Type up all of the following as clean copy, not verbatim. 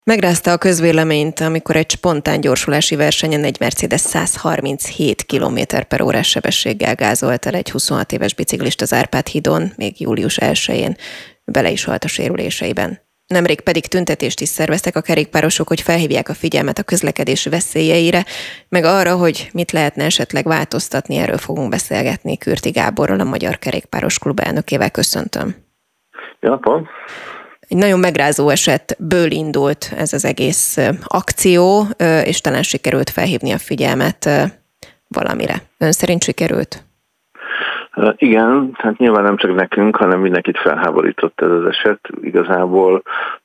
Megrázta a közvéleményt, amikor egy spontán gyorsulási versenyen egy Mercedes 137 km/h sebességgel gázolt el egy 26 éves biciklist az Árpád-hídon, még július 1-én. Bele is halt a sérüléseiben. Nemrég pedig tüntetést is szerveztek a kerékpárosok, hogy felhívják a figyelmet a közlekedés veszélyeire, meg arra, hogy mit lehetne esetleg változtatni. Erről fogunk beszélgetni Kürti Gáborral, a Magyar Kerékpáros Klub elnökével. Köszöntöm. Jó napot! Egy nagyon megrázó esetből indult ez az egész akció, és talán sikerült felhívni a figyelmet valamire. Ön szerint sikerült? Igen, hát nyilván nem csak nekünk, hanem mindenkit felháborított ez az eset. Igazából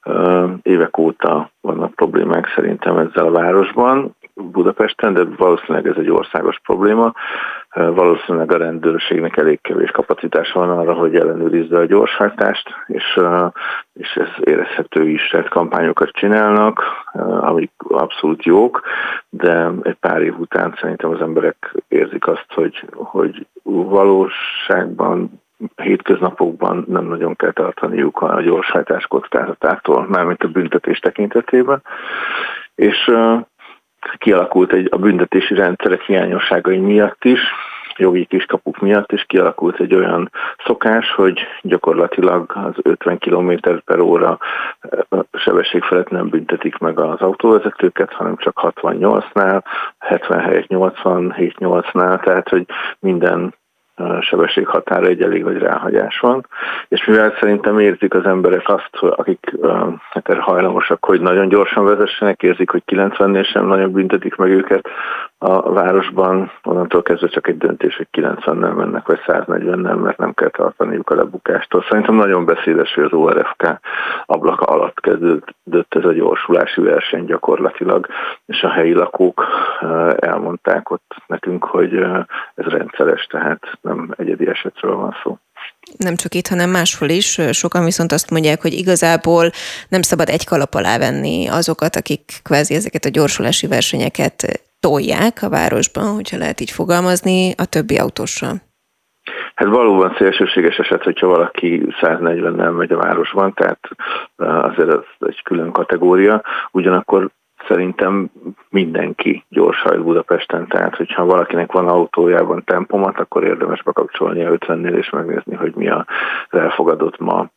évek óta vannak problémák szerintem ezzel a városban, Budapesten, de valószínűleg ez egy országos probléma. Valószínűleg a rendőrségnek elég kevés kapacitása van arra, hogy ellenőrizze a gyorshajtást, és ez érezhető is, tehát kampányokat csinálnak, amik abszolút jók, de egy pár év után szerintem az emberek érzik azt, hogy valóságban, hétköznapokban nem nagyon kell tartaniuk a gyorshajtás kockázatától, mármint a büntetés tekintetében, és kialakult a büntetési rendszerek hiányosságai miatt is, jogi kiskapuk miatt is kialakult egy olyan szokás, hogy gyakorlatilag az 50 km/h sebesség felett nem büntetik meg az autóvezetőket, hanem csak 68-nál, 70 helyett 87-8-nál, tehát hogy minden sebességhatára egy elég nagy ráhagyás van, és mivel szerintem érzik az emberek azt, akik erre hajlamosak, hogy nagyon gyorsan vezessenek, érzik, hogy 90-nél sem nagyon büntetik meg őket a városban, onnantól kezdve csak egy döntés, hogy 90-nel mennek, vagy 140-nel, mert nem kell tartaniuk a lebukástól. Szerintem nagyon beszédes, hogy az ORFK ablaka alatt kezdődött ez a gyorsulási verseny gyakorlatilag, és a helyi lakók elmondták ott nekünk, hogy ez rendszeres, tehát nem egyedi esetről van szó. Nem csak itt, hanem máshol is. Sokan viszont azt mondják, hogy igazából nem szabad egy kalap alá venni azokat, akik kvázi ezeket a gyorsulási versenyeket tolják a városban, hogyha lehet így fogalmazni, a többi autóssal. Hát valóban szélsőséges eset, hogyha valaki 140-nel megy a városban, tehát azért ez egy külön kategória. Ugyanakkor szerintem mindenki gyorshajt Budapesten, tehát hogyha valakinek van autójában tempomat, akkor érdemes bekapcsolni a 50-nél és megnézni, hogy mi az elfogadott ma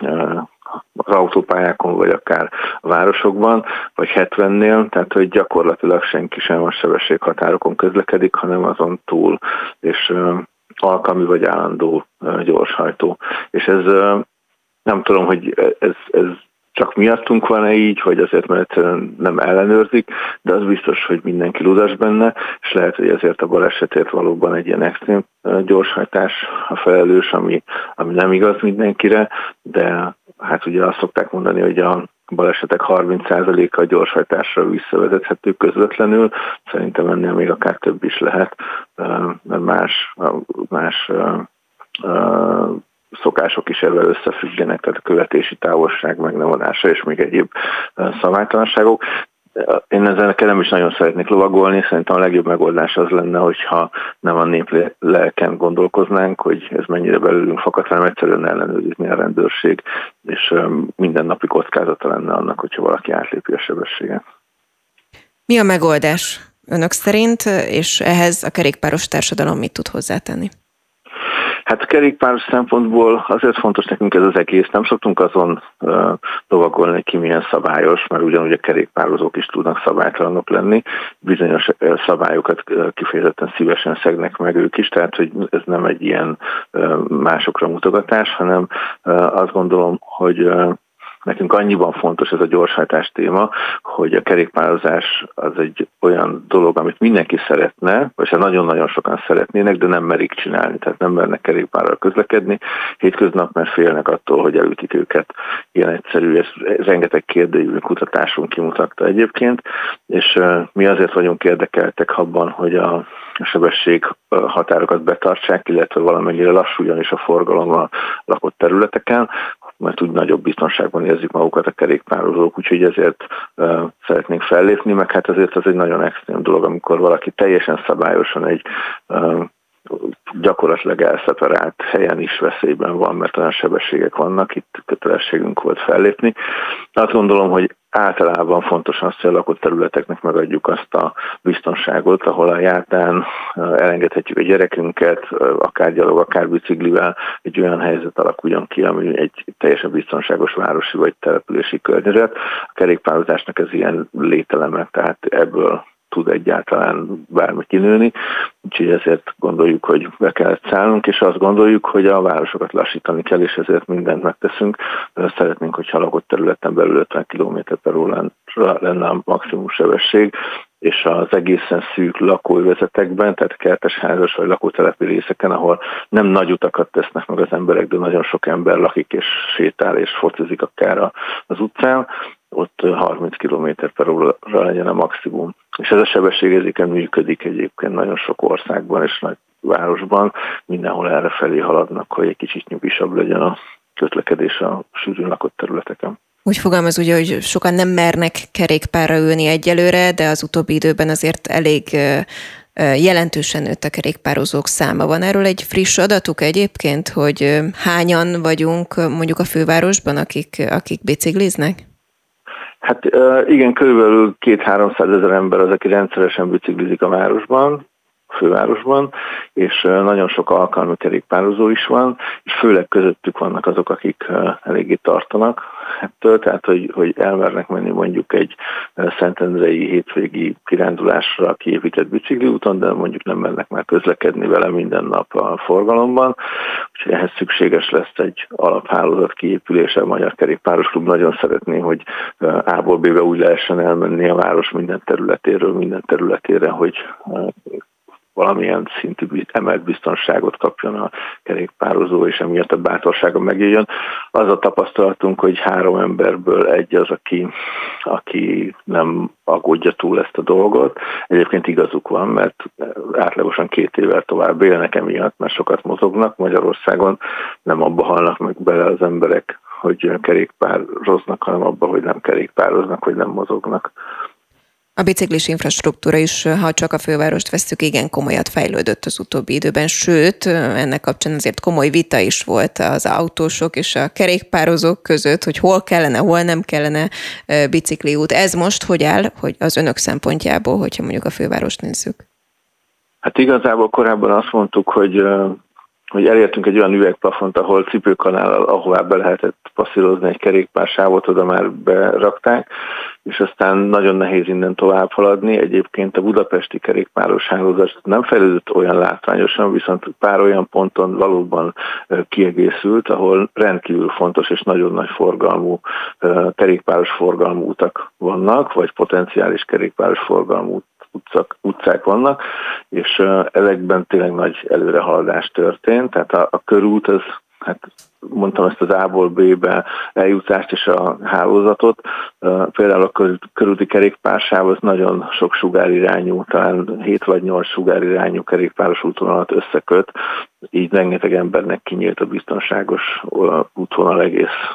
az autópályákon, vagy akár a városokban, vagy 70-nél, tehát hogy gyakorlatilag senki sem a sebességhatárokon közlekedik, hanem azon túl, és alkalmi vagy állandó gyorshajtó. És ez nem tudom, hogy ez csak miattunk van-e így, vagy azért, mert egyszerűen nem ellenőrzik, de az biztos, hogy mindenki ludas benne, és lehet, hogy ezért a balesetért valóban egy ilyen extrém gyorshajtás a felelős, ami nem igaz mindenkire, de hát ugye azt szokták mondani, hogy a balesetek 30%-a a gyorshajtásra visszavezethető közvetlenül, szerintem ennél még akár több is lehet, mert más szokások is ebben összefüggenek, tehát a követési távolság megnevonása és még egyéb szabálytalanságok. Én ezzel nem is nagyon szeretnék lovagolni, szerintem a legjobb megoldás az lenne, hogyha nem a nép lelken gondolkoznánk, hogy ez mennyire belőlünk fakad, hanem egyszerűen ellenőrizni a rendőrség, és mindennapi kockázata lenne annak, hogyha valaki átlépi a sebességet. Mi a megoldás önök szerint, és ehhez a kerékpáros társadalom mit tud hozzátenni? Hát a kerékpáros szempontból azért fontos nekünk ez az egész, nem szoktunk azon lovagolni, hogy ki milyen szabályos, mert ugyanúgy a kerékpározók is tudnak szabálytalanok lenni, bizonyos szabályokat kifejezetten szívesen szegnek meg ők is, tehát hogy ez nem egy ilyen másokra mutogatás, hanem azt gondolom, hogy nekünk annyiban fontos ez a gyorshajtás téma, hogy a kerékpározás az egy olyan dolog, amit mindenki szeretne, vagy nagyon-nagyon sokan szeretnének, de nem merik csinálni, tehát nem mernek kerékpárral közlekedni hétköznap, mert félnek attól, hogy elütik őket. Ilyen egyszerű, ez rengeteg kérdőjű kutatásunk kimutatta egyébként, és mi azért vagyunk érdekeltek abban, hogy a sebesség határokat betartsák, illetve valamennyire lassuljon is a forgalom a lakott területeken, mert úgy nagyobb biztonságban érzik magukat a kerékpározók, úgyhogy ezért szeretnénk fellépni, meg hát azért az egy nagyon extrém dolog, amikor valaki teljesen szabályosan egy gyakorlatilag elszeparált helyen is veszélyben van, mert olyan sebességek vannak, itt kötelességünk volt fellépni. Azt gondolom, hogy általában fontos az, hogy a lakott területeknek megadjuk azt a biztonságot, ahol a jártán elengedhetjük a gyerekünket, akár gyalog, akár biciklivel, egy olyan helyzet alakuljon ki, ami egy teljesen biztonságos városi vagy települési környezet. A kerékpározásnak ez ilyen lételeme, tehát ebből tud egyáltalán bármi kinőni, úgyhogy ezért gondoljuk, hogy be kellett szállnunk, és azt gondoljuk, hogy a városokat lassítani kell, és ezért mindent megteszünk. Szeretnénk, hogyha a lakott területen belül 50 km/h lenne a maximum sebesség, és az egészen szűk lakóövezetekben, tehát kertesházas vagy lakótelepi részeken, ahol nem nagy utakat tesznek meg az emberek, de nagyon sok ember lakik és sétál és focizik akár az utcán, ott 30 km/h legyen a maximum. És ez a sebességérzéken működik egyébként nagyon sok országban és nagy városban, mindenhol errefelé haladnak, hogy egy kicsit nyugisabb legyen a közlekedés a sűrűn lakott területeken. Úgy fogalmaz ugye, hogy sokan nem mernek kerékpárra ülni egyelőre, de az utóbbi időben azért elég jelentősen nőtt a kerékpározók száma. Van erről egy friss adatuk egyébként, hogy hányan vagyunk mondjuk a fővárosban, akik bicikliznek? Hát igen, körülbelül 200-300 ezer ember az, aki rendszeresen biciklizik a városban, fővárosban, és nagyon sok alkalmi kerékpározó is van, és főleg közöttük vannak azok, akik eléggé tartanak ettől, tehát hogy elmernek menni mondjuk egy szentendrei hétvégi kirándulásra kiépített bicikliúton, de mondjuk nem mennek már közlekedni vele minden nap a forgalomban, úgyhogy ehhez szükséges lesz egy alaphálózat kiépülése. A Magyar Kerékpáros Klub nagyon szeretné, hogy A-ból B-be úgy lehessen elmenni a város minden területére, hogy valamilyen szintű emelt biztonságot kapjon a kerékpározó, és emiatt a bátorsága megjöjjön. Az a tapasztalatunk, hogy 3 emberből egy az, aki nem aggódja túl ezt a dolgot. Egyébként igazuk van, mert átlagosan 2 évvel tovább élnek emiatt, mert sokat mozognak. Magyarországon nem abba halnak meg bele az emberek, hogy kerékpároznak, hanem abba, hogy nem kerékpároznak, hogy nem mozognak. A biciklis infrastruktúra is, ha csak a fővárost vesszük, igen komolyat fejlődött az utóbbi időben, sőt, ennek kapcsán azért komoly vita is volt az autósok és a kerékpározók között, hogy hol kellene, hol nem kellene bicikliút. Ez most hogy áll, hogy az önök szempontjából, hogyha mondjuk a fővárost nézzük? Hát igazából korábban azt mondtuk, hogy elértünk egy olyan üvegplafont, ahol cipőkanállal, ahová be lehetett passzírozni egy kerékpársávot, oda már berakták, és aztán nagyon nehéz innen tovább haladni. Egyébként a budapesti kerékpáros hálózat nem fejlődött olyan látványosan, viszont pár olyan ponton valóban kiegészült, ahol rendkívül fontos és nagyon nagy forgalmú kerékpáros forgalmú utak vannak, vagy potenciális kerékpáros forgalmú utcák vannak, és ezekben tényleg nagy előrehaladás történt, tehát a körút, az, hát mondtam ezt az A-ból B-be eljutást és a hálózatot, például a körúti kerékpársáv az nagyon sok sugárirányú, talán 7 vagy 8 sugárirányú kerékpáros útvonalat összeköt, így rengeteg embernek kinyílt a biztonságos útvonal egész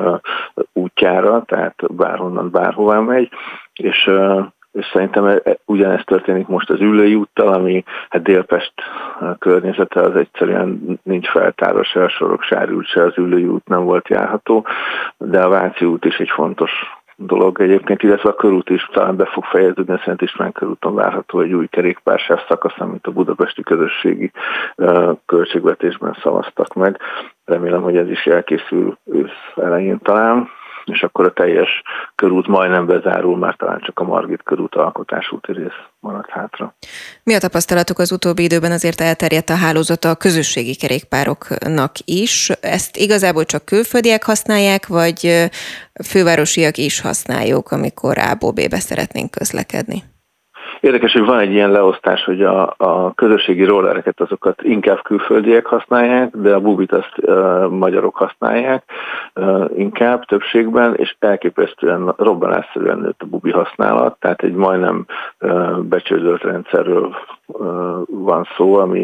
útjára, tehát bárhonnan bárhová megy, és szerintem ugyanezt történik most az Üllői úttal, ami hát Délpest környezete az egyszerűen nincs feltárva, se a Soroksári út, se az Üllői út nem volt járható, de a Váci út is egy fontos dolog egyébként, illetve a körút is talán be fog fejeződni, a Szent István körúton várható egy új kerékpársáv szakasz, amit a budapesti közösségi költségvetésben szavaztak meg. Remélem, hogy ez is elkészül ősz elején talán, és akkor a teljes körút majdnem bezárul, már talán csak a Margit körút alkotásúti rész maradt hátra. Mi a tapasztalatuk az utóbbi időben? Azért elterjedt a hálózata a közösségi kerékpároknak is. Ezt igazából csak külföldiek használják, vagy fővárosiak is használjuk, amikor A-ból B-be szeretnénk közlekedni? Érdekes, hogy van egy ilyen leosztás, hogy a közösségi rollereket azokat inkább külföldiek használják, de a bubit azt magyarok használják inkább többségben, és elképesztően robbanásszerűen nőtt a bubi használat, tehát egy majdnem becsődölt rendszerről van szó, ami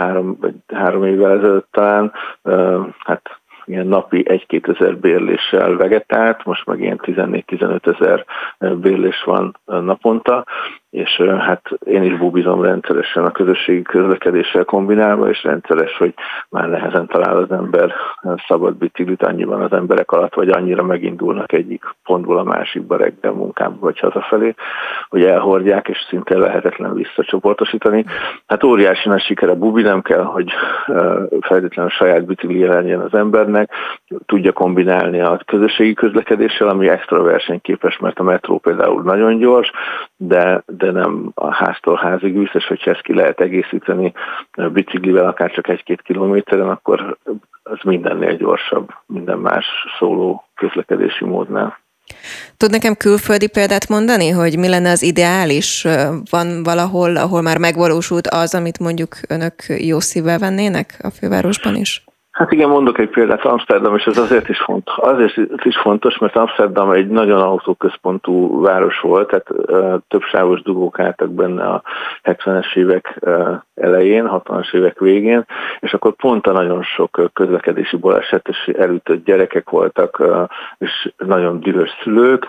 3 évvel ezelőtt talán, hát ilyen napi 1-2 ezer bérléssel vegetált, most meg ilyen 14-15 ezer bérlés van naponta, és hát én is bubizom rendszeresen a közösségi közlekedéssel kombinálva, és rendszeres, hogy már nehezen talál az ember szabad biciklit, annyiban az emberek alatt, vagy annyira megindulnak egyik pontból a másikba reggel munkába, vagy hazafelé, hogy elhordják, és szinte lehetetlen visszacsoportosítani. Hát óriási nagy siker a bubi, nem kell, hogy feltétlenül saját biciklije legyen az embernek, tudja kombinálni a közösségi közlekedéssel, ami extra versenyképes, mert a metró például nagyon gyors, de nem a háztól házig visz, és hogyha ezt ki lehet egészíteni biciklivel, akár csak 1-2 kilométeren, akkor az mindennél gyorsabb, minden más szóló közlekedési módnál. Tud nekem külföldi példát mondani, hogy mi lenne az ideális? Van valahol, ahol már megvalósult az, amit mondjuk önök jó szívvel vennének a fővárosban is? Hát igen, mondok egy példát, Amsterdam, és ez azért is fontos, mert Amsterdam egy nagyon autóközpontú város volt, tehát többsávos dugók álltak benne a 70-es évek elején, 60-as évek végén, és akkor pont a nagyon sok közlekedési baleset és elütött gyerekek voltak, és nagyon dühös szülők,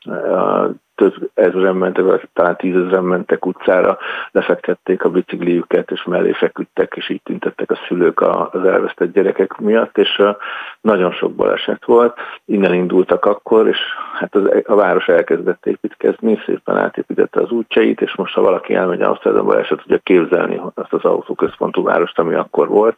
több ezren mentek, vagy talán 10 000 mentek utcára, lefektették a bicikliüket, és mellé feküdtek, és így tüntettek a szülők az elvesztett gyerekek miatt, és nagyon sok baleset volt. Innen indultak akkor, és hát a város elkezdett építkezni, szépen átépítette az útjait, és most ha valaki elmegy Amsterdamba, el se tudja képzelni azt az autóközpontú várost, ami akkor volt.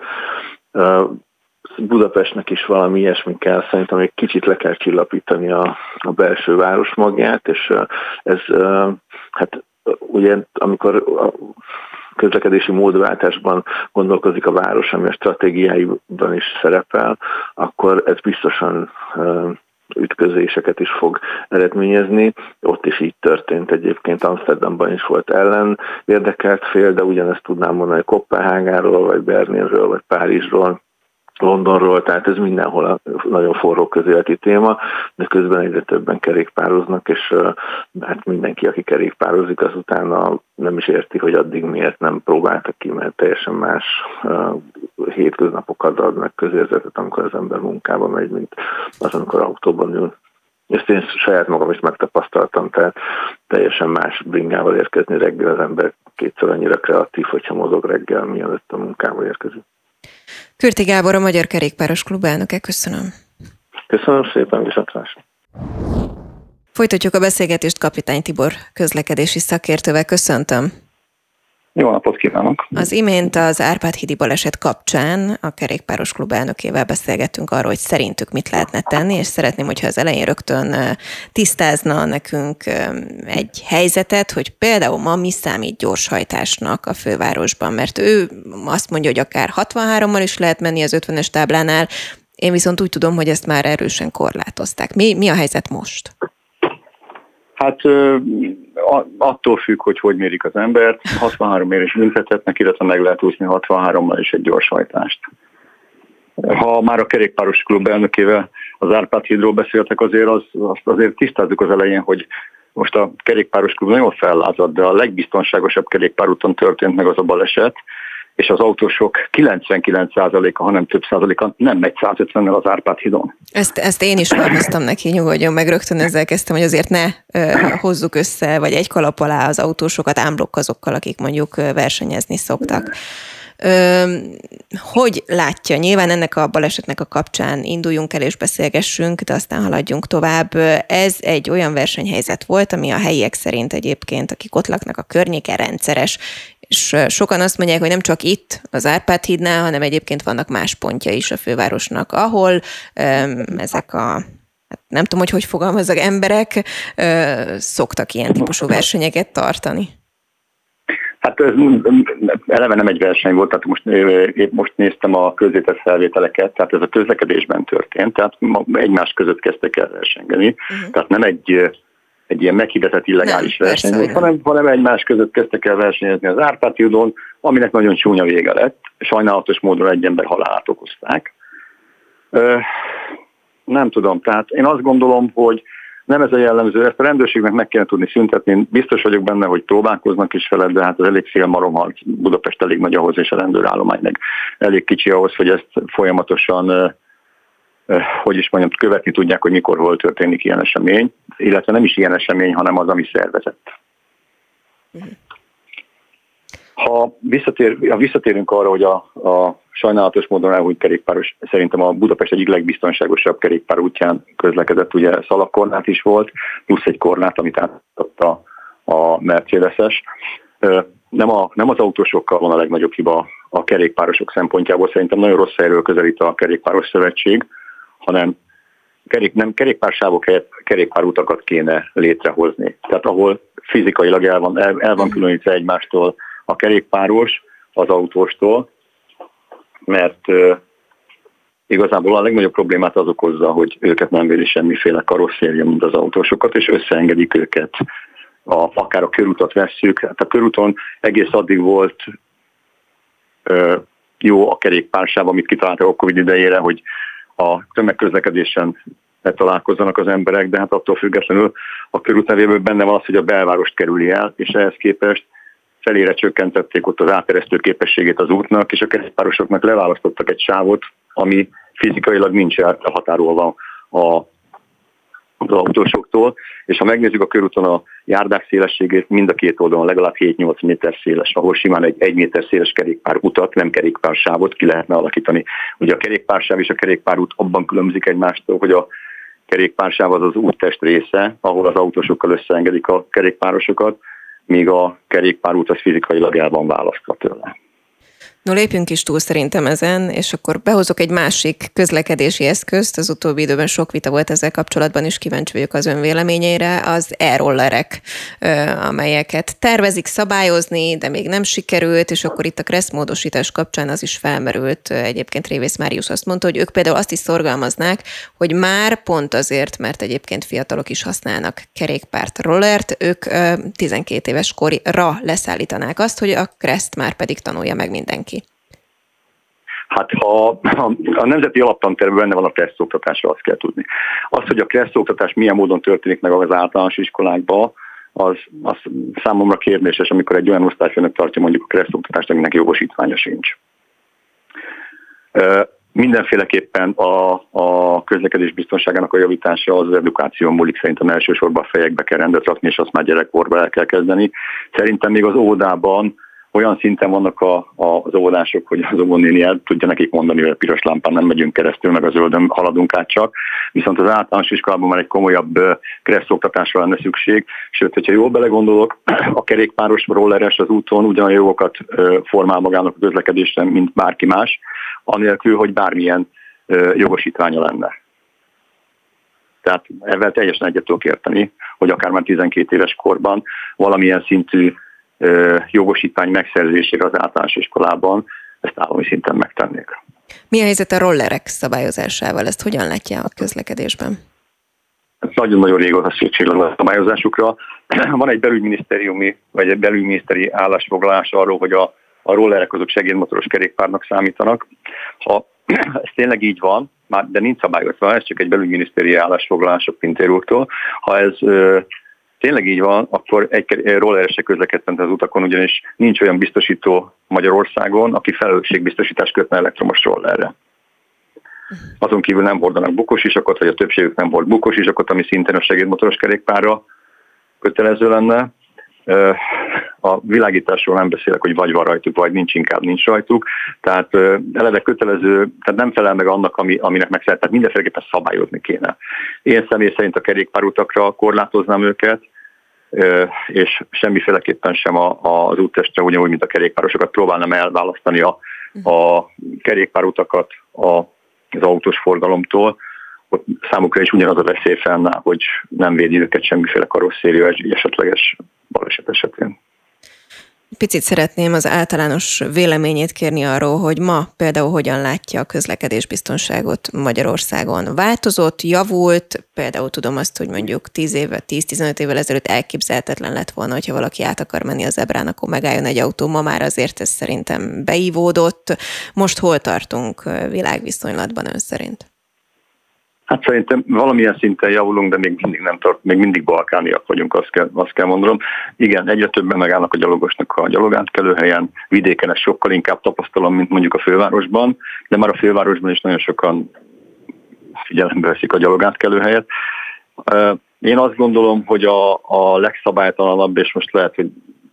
Budapestnek is valami ilyesmi kell, szerintem egy kicsit le kell csillapítani a belső város magját, és ez hát ugye amikor a közlekedési módváltásban gondolkozik a város, ami a stratégiáiban is szerepel, akkor ez biztosan ütközéseket is fog eredményezni. Ott is így történt egyébként, Amsterdamban is volt ellen érdekelt fél, de ugyanezt tudnám mondani Koppenhágáról, vagy Berlinről, vagy Párizsról, Londonról, tehát ez mindenhol nagyon forró közéleti téma, de közben egyre többen kerékpároznak, és hát mindenki, aki kerékpározik, az utána nem is érti, hogy addig miért nem próbáltak ki, mert teljesen más hétköznapokat ad meg közérzetet, amikor az ember munkába megy, mint az, amikor autóban ül. Ezt én saját magam is megtapasztaltam, tehát teljesen más bringával érkezni reggel, az ember kétszer annyira kreatív, hogyha mozog reggel, mielőtt a munkába érkezik. Kürti Gábor, a Magyar Kerékpáros Klub elnöke, köszönöm. Köszönöm szépen, viszontlátásra. Folytatjuk a beszélgetést Kapitány Tibor közlekedési szakértővel, köszöntöm. Jó napot kívánok! Az imént az Árpád-hídi baleset kapcsán a Kerékpáros Klub elnökével beszélgettünk arról, hogy szerintük mit lehetne tenni, és szeretném, hogyha az elején rögtön tisztázna nekünk egy helyzetet, hogy például ma mi számít gyorshajtásnak a fővárosban, mert ő azt mondja, hogy akár 63-mal is lehet menni az 50-es táblánál, én viszont úgy tudom, hogy ezt már erősen korlátozták. Mi a helyzet most? Hát attól függ, hogy mérik az embert. 63 ér is büntethetnek, illetve meg lehet úszni 63-mal is egy gyorshajtást. Ha már a Kerékpáros Klub elnökével az Árpád-hídról beszéltek, azért tisztázzuk az elején, hogy most a Kerékpáros Klub nagyon fellázadt, de a legbiztonságosabb kerékpárúton történt meg az a baleset, és az autósok 99%-a, hanem több százaléka nem megy 150-nel az Árpád-hídon. Ezt én is felhoztam neki, nyugodjon meg, rögtön ezzel kezdtem, hogy azért ne hozzuk össze, vagy egy kalap alá az autósokat ámblokk azokkal, akik mondjuk versenyezni szoktak. Hogy látja? Nyilván ennek a balesetnek a kapcsán induljunk el és beszélgessünk, de aztán haladjunk tovább. Ez egy olyan versenyhelyzet volt, ami a helyiek szerint egyébként, akik ott laknak a környéken, rendszeres, és sokan azt mondják, hogy nem csak itt, az Árpád-hídnál, hanem egyébként vannak más pontja is a fővárosnak, ahol ezek nem tudom, hogy fogalmazzak, emberek szoktak ilyen típusú versenyeket tartani. Hát ez eleve nem egy verseny volt, tehát most néztem a közzétett felvételeket, tehát ez a közlekedésben történt, tehát egymás között kezdtek el versengeni, tehát nem egy ilyen meghirdetett illegális verseny volt, hanem egymás között kezdtek el versenyezni az Árpád-hídon, aminek nagyon csúnya vége lett, sajnálatos módon egy ember halálát okozták. Nem tudom, tehát én azt gondolom, hogy nem ez a jellemző, ezt a rendőrségnek meg kellene tudni szüntetni. Biztos vagyok benne, hogy próbálkoznak is vele, de hát az elég félmaromhalt. Budapest elég nagy ahhoz, és a rendőrállomány meg elég kicsi ahhoz, hogy ezt folyamatosan, követni tudják, hogy mikor, hol történik ilyen esemény, illetve nem is ilyen esemény, hanem az, ami szervezett. Ha visszatérünk arra, hogy a sajnálatos módon elhunyt kerékpáros szerintem a Budapest egyik legbiztonságosabb kerékpárútján közlekedett, ugye szalagkorlát is volt, plusz egy korlát, amit átadta a Mercedes-es. Nem az autósokkal van a legnagyobb hiba a kerékpárosok szempontjából, szerintem nagyon rossz helyről közelít a Kerékpáros Szövetség, hanem nem kerékpársávok helyett kerékpárutakat kéne létrehozni. Tehát ahol fizikailag el van különítve egymástól a kerékpáros az autóstól, mert igazából a legnagyobb problémát az okozza, hogy őket nem védi semmiféle karosszéria, mint az autósokat, és összeengedik őket. Akár a körútat vesszük, hát a körúton egész addig volt jó a kerékpársáv, amit kitaláltak a Covid idejére, hogy a tömegközlekedésen találkozzanak az emberek, de hát attól függetlenül a körút nevében benne van az, hogy a belvárost kerüli el, és ehhez képest felére csökkentették ott az áteresztő képességét az útnak, és a kerékpárosoknak leválasztottak egy sávot, ami fizikailag nincs elhatárolva az autósoktól, és ha megnézzük a körúton a járdák szélességét, mind a két oldalon legalább 7-8 méter széles, ahol simán egy 1 méter széles kerékpárutat, nem kerékpársávot ki lehetne alakítani. Ugye a kerékpársáv és a kerékpárút abban különbözik egymástól, hogy a kerékpársáv az az úttest része, ahol az autósokkal összeengedik a kerékpárosokat, míg a kerékpárút az fizikailag el van választva tőle. No, lépjünk is túl szerintem ezen, és akkor behozok egy másik közlekedési eszközt. Az utóbbi időben sok vita volt ezzel kapcsolatban, és kíváncsi vagyok az ön véleményeire, az e-rollerek, amelyeket tervezik szabályozni, de még nem sikerült, és akkor itt a KRESZ módosítás kapcsán az is felmerült. Egyébként Révész Máriusz azt mondta, hogy ők például azt is szorgalmaznák, hogy már pont azért, mert egyébként fiatalok is használnak kerékpárt, rollert, ők 12 éves korra leszállítanák azt, hogy a KRESZ-t már pedig tanulja meg mindenki. Hát ha a nemzeti alaptantervben benne van a KRESZ oktatásra, azt kell tudni. Az, hogy a KRESZ oktatás milyen módon történik meg az általános iskolákban, az számomra kérdéses, amikor egy olyan osztályfőnök tartja mondjuk a KRESZ oktatást, aminek jogosítványa sincs. Mindenféleképpen a közlekedés biztonságának a javítása az edukáción múlik, szerintem elsősorban a fejekbe kell rendet rakni, és azt már gyerekkorban el kell kezdeni. Szerintem még az óvodában olyan szinten vannak az óvodások, hogy az óvónéni el tudja nekik mondani, hogy a piros lámpán nem megyünk keresztül, meg a zöldön haladunk át csak. Viszont az általános iskolában már egy komolyabb KRESZ oktatásra lenne szükség. Sőt, hogyha jól belegondolok, a kerékpáros rolleres az úton ugyanolyan jogokat formál magának a közlekedésre, mint bárki más, anélkül, hogy bármilyen jogosítványa lenne. Tehát ezzel teljesen egyet tudok érteni, hogy akár már 12 éves korban valamilyen szintű jogosítvány megszerzésére az általános iskolában ezt állami szinten megtennék. Mi a helyzet a rollerek szabályozásával? Ezt hogyan látja a közlekedésben? Nagyon-nagyon régóta szükség lenne a szabályozásukra. Van egy belügyminisztériumi, vagy egy belügyminiszteri állásfoglalás arról, hogy a rollerek azok segédmotoros kerékpárnak számítanak. Ha ez tényleg így van, de nincs szabályozva, ez csak egy belügyminiszteri állásfoglalás a Pintér úrtól. Ha ez tényleg így van, akkor egy rolleresek közlekedhet az utakon, ugyanis nincs olyan biztosító Magyarországon, aki felelősségbiztosítást kötne elektromos rollerre. Azon kívül nem hordanak bukósisakot, vagy a többségük nem hord bukósisakot, ami szintén a segédmotoros kerékpárra kötelező lenne. A világításról nem beszélek, hogy vagy van rajtuk, vagy nincs rajtuk. Tehát eleve kötelező, tehát nem felel meg annak, aminek megfelel, tehát mindenféleképpen szabályozni kéne. Én személy szerint a kerékpárutakra korlátoznám őket, és semmiféleképpen sem az úttestre, ugyanúgy, mint a kerékpárosokat próbálnám elválasztani a kerékpárutakat az autós forgalomtól. Ott számukra is ugyanaz a veszély fennáll, hogy nem védi őket semmiféle karosszéria egy esetleges baleset esetén. Picit szeretném az általános véleményét kérni arról, hogy ma például hogyan látja a közlekedésbiztonságot Magyarországon. Változott, javult, például tudom azt, hogy mondjuk 10-15 évvel ezelőtt elképzelhetetlen lett volna, hogyha valaki át akar menni a zebrán, akkor megálljon egy autó. Ma már azért ez szerintem beívódott. Most hol tartunk világviszonylatban ön szerint? Hát szerintem valamilyen szinten javulunk, de még mindig nem tart, még mindig balkániak vagyunk, azt kell mondanom. Igen, egyre többen megállnak a gyalogosnak a gyalogátkelőhelyen, vidéken ezt sokkal inkább tapasztalom, mint mondjuk a fővárosban, de már a fővárosban is nagyon sokan figyelembe veszik a gyalogátkelőhelyet. Én azt gondolom, hogy a legszabálytalanabb, és most lehet, hogy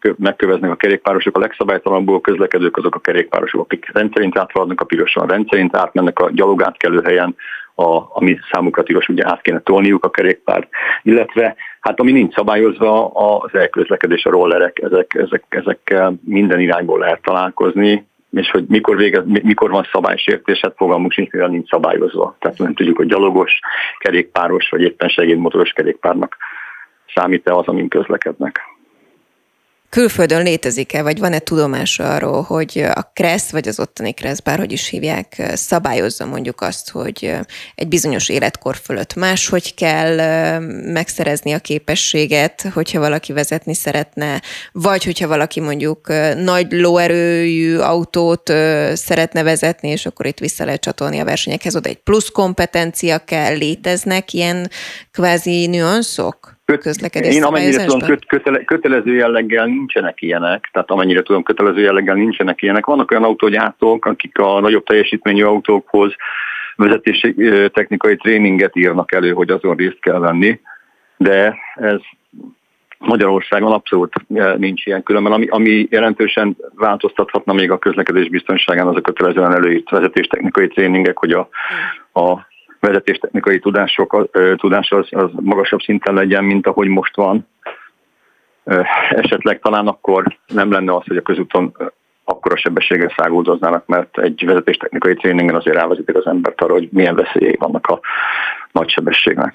megköveznek a kerékpárosok, a legszabálytalanabbul közlekedők azok a kerékpárosok, akik rendszerint áthaladnak a piroson, rendszerint átmennek a gyalogátkelő helyen, ami számukra tilos, ugye át kéne tolniuk a kerékpárt, illetve hát ami nincs szabályozva, az elközlekedés, a rollerek, ezekkel minden irányból lehet találkozni, és hogy mikor van szabálysértés, hát fogalmunk sincs, mivel nincs szabályozva. Tehát nem tudjuk, hogy gyalogos, kerékpáros, vagy éppen segédmotoros kerékpárnak számít-e az, amin közlekednek. Külföldön létezik-e, vagy van-e tudomása arról, hogy a KRESZ, vagy az ottani KRESZ, bárhogy is hívják, szabályozza mondjuk azt, hogy egy bizonyos életkor fölött máshogy kell megszerezni a képességet, hogyha valaki vezetni szeretne, vagy hogyha valaki mondjuk nagy lóerőjű autót szeretne vezetni, és akkor itt vissza lehet csatolni a versenyekhez, oda egy plusz kompetencia kell, léteznek ilyen kvázi nüanszok? Én amennyire tudom, kötelező jelleggel nincsenek ilyenek, tehát amennyire tudom, kötelező jelleggel nincsenek ilyenek. Vannak olyan autógyártók, akik a nagyobb teljesítményű autókhoz vezetési technikai tréninget írnak elő, hogy azon részt kell venni, de ez Magyarországon abszolút nincs ilyen, különben ami jelentősen változtathatna még a közlekedés biztonságán, az a kötelezően előírt vezetéstechnikai tréningek, hogy a vezetéstechnikai tudás az magasabb szinten legyen, mint ahogy most van. Esetleg talán akkor nem lenne az, hogy a közúton akkora sebességgel száguldoznának, mert egy vezetéstechnikai tréningen azért rávezetik az embert arra, hogy milyen veszélyei vannak a nagy sebességnek.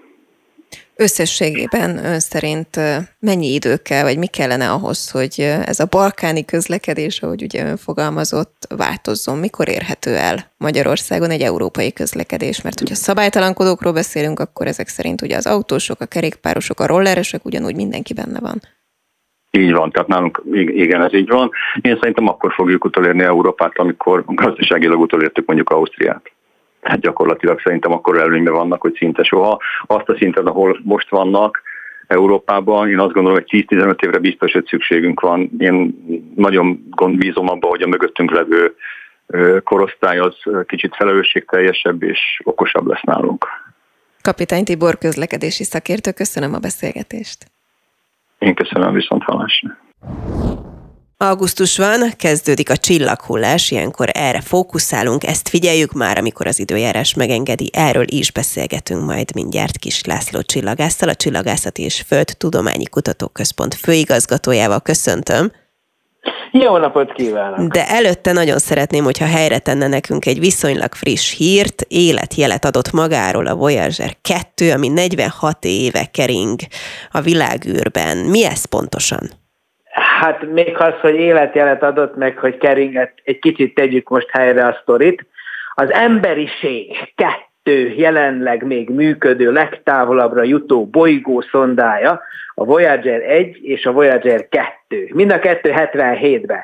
Összességében ön szerint mennyi idő kell, vagy mi kellene ahhoz, hogy ez a balkáni közlekedés, ahogy ugye ön fogalmazott, változzon? Mikor érhető el Magyarországon egy európai közlekedés? Mert hogyha szabálytalankodókról beszélünk, akkor ezek szerint ugye az autósok, a kerékpárosok, a rolleresek, ugyanúgy mindenki benne van. Így van, tehát nálunk igen, ez így van. Én szerintem akkor fogjuk utolérni Európát, amikor gazdaságilag utolértük mondjuk Ausztriát. Hát gyakorlatilag szerintem akkor előnyben vannak, hogy szinte soha. Azt a szinten, ahol most vannak Európában, én azt gondolom, hogy 10-15 évre biztos, hogy szükségünk van. Én nagyon bízom abban, hogy a mögöttünk levő korosztály az kicsit felelősségteljesebb és okosabb lesz nálunk. Kapitány Tibor, közlekedési szakértő, köszönöm a beszélgetést. Én köszönöm, viszonthallásra. Augusztus van, kezdődik a csillaghullás, ilyenkor erre fókuszálunk, ezt figyeljük már, amikor az időjárás megengedi. Erről is beszélgetünk majd mindjárt Kiss László csillagásszal, a Csillagászati és Földtudományi Kutatóközpont főigazgatójával. Köszöntöm! Jó napot kívánok! De előtte nagyon szeretném, hogyha helyre tenne nekünk egy viszonylag friss hírt, életjelet adott magáról a Voyager 2, ami 46 éve kering a világűrben. Mi ez pontosan? Hát még az, hogy életjelet adott meg, hogy keringet, egy kicsit tegyük most helyre a sztorit. Az emberiség 2 jelenleg még működő, legtávolabbra jutó bolygószondája, a Voyager 1 és a Voyager 2. Mind a kettő 77-ben,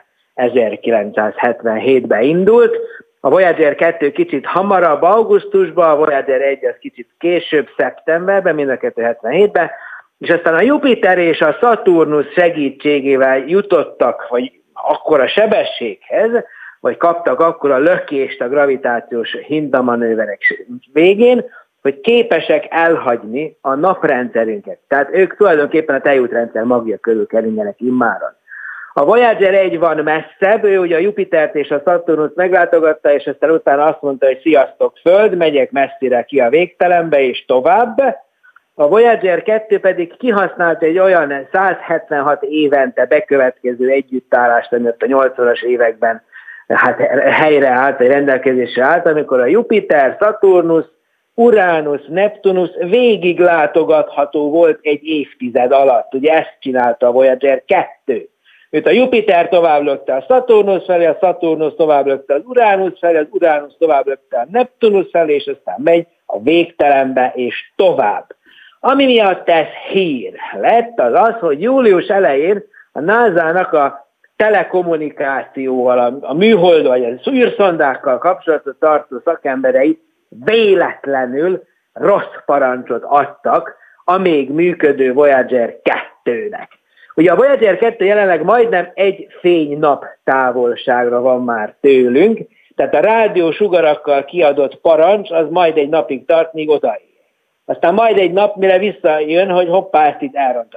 1977-ben indult. A Voyager 2 kicsit hamarabb, augusztusban, a Voyager 1 az kicsit később, szeptemberben, mind a kettő 77-ben. És aztán a Jupiter és a Szaturnusz segítségével jutottak, vagy akkora sebességhez, vagy kaptak akkora lökést a gravitációs hintamanőverek végén, hogy képesek elhagyni a naprendszerünket. Tehát ők tulajdonképpen a tejútrendszer magja körül keringenek immáron. A Voyager 1 van messzebb, ő ugye a Jupitert és a Szaturnuszt meglátogatta, és aztán utána azt mondta, hogy sziasztok Föld, megyek messzire ki a végtelenbe, és tovább. A Voyager 2 pedig kihasznált egy olyan 176 évente bekövetkező együttállást, ami ott a 80-as években helyreállt, vagy rendelkezésre állt, amikor a Jupiter, Szaturnusz, Uránusz, Neptunusz végig látogatható volt egy évtized alatt. Ugye ezt csinálta a Voyager 2. Őt a Jupiter tovább lökte a Szaturnusz felé, a Szaturnusz tovább lökte az Uránusz felé, az Uránusz tovább lökte a Neptunusz felé, és aztán megy a végtelenbe és tovább. Ami miatt ez hír lett, az az, hogy július elején a NASA-nak a telekommunikációval, a műhold vagy az űrszondákkal kapcsolatot tartó szakemberei véletlenül rossz parancsot adtak a még működő Voyager 2-nek. Ugye a Voyager 2 jelenleg majdnem egy fénynap távolságra van már tőlünk, tehát a rádiósugarakkal kiadott parancs az majd egy napig tart, míg odaér. Aztán majd egy nap, mire visszajön, hogy hoppá, ezt itt elrontottátok.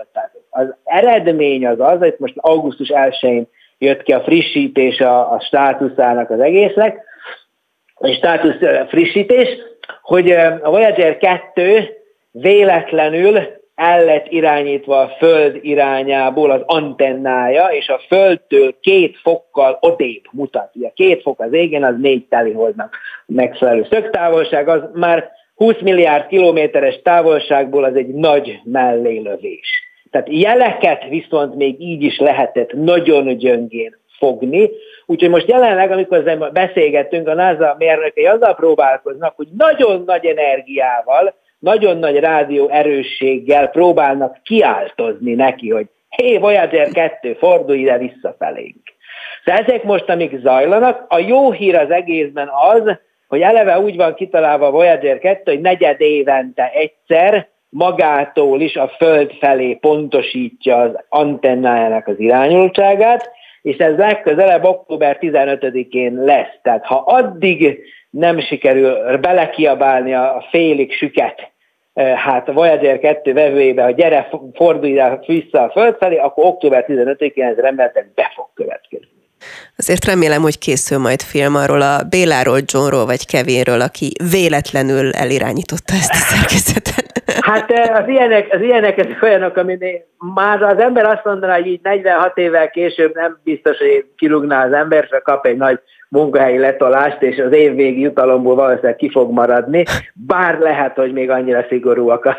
Az eredmény az, hogy most augusztus 1-én jött ki a frissítés a státuszának az egésznek, a státusz frissítés, hogy a Voyager 2 véletlenül el lett irányítva a Föld irányából az antennája, és a Földtől 2 fokkal odébb mutat. Ugye 2 fok az égen, az 4 teliholdnak megfelelő szögtávolság, az már 20 milliárd kilométeres távolságból az egy nagy mellélövés. Tehát jeleket viszont még így is lehetett nagyon gyöngén fogni, úgyhogy most jelenleg, amikor beszélgettünk, a NASA mérnökei azzal próbálkoznak, hogy nagyon nagy energiával, nagyon nagy rádió erősséggel próbálnak kiáltozni neki, hogy hé, Voyager 2, fordulj ide visszafelénk. Szóval ezek most, amik zajlanak, a jó hír az egészben az, hogy eleve úgy van kitalálva a Voyager 2, hogy negyed évente egyszer magától is a Föld felé pontosítja az antennájának az irányultságát, és ez legközelebb október 15-én lesz. Tehát ha addig nem sikerül belekiabálni a félig süket a Voyager 2 vevőjébe, hogy gyere, fordulj vissza a Föld felé, akkor október 15-én ez remélhetőleg be fog következni. Azért remélem, hogy készül majd film arról a Béláról, Johnról vagy Kevinről, aki véletlenül elirányította ezt a szerkezetet. Hát az ilyenek ezek olyanok, amin már az ember azt mondaná, hogy így 46 évvel később nem biztos, hogy kirúgná az emberre, kap egy nagy munkahelyi letolást, és az évvégi jutalomból valószínűleg ki fog maradni, bár lehet, hogy még annyira szigorúak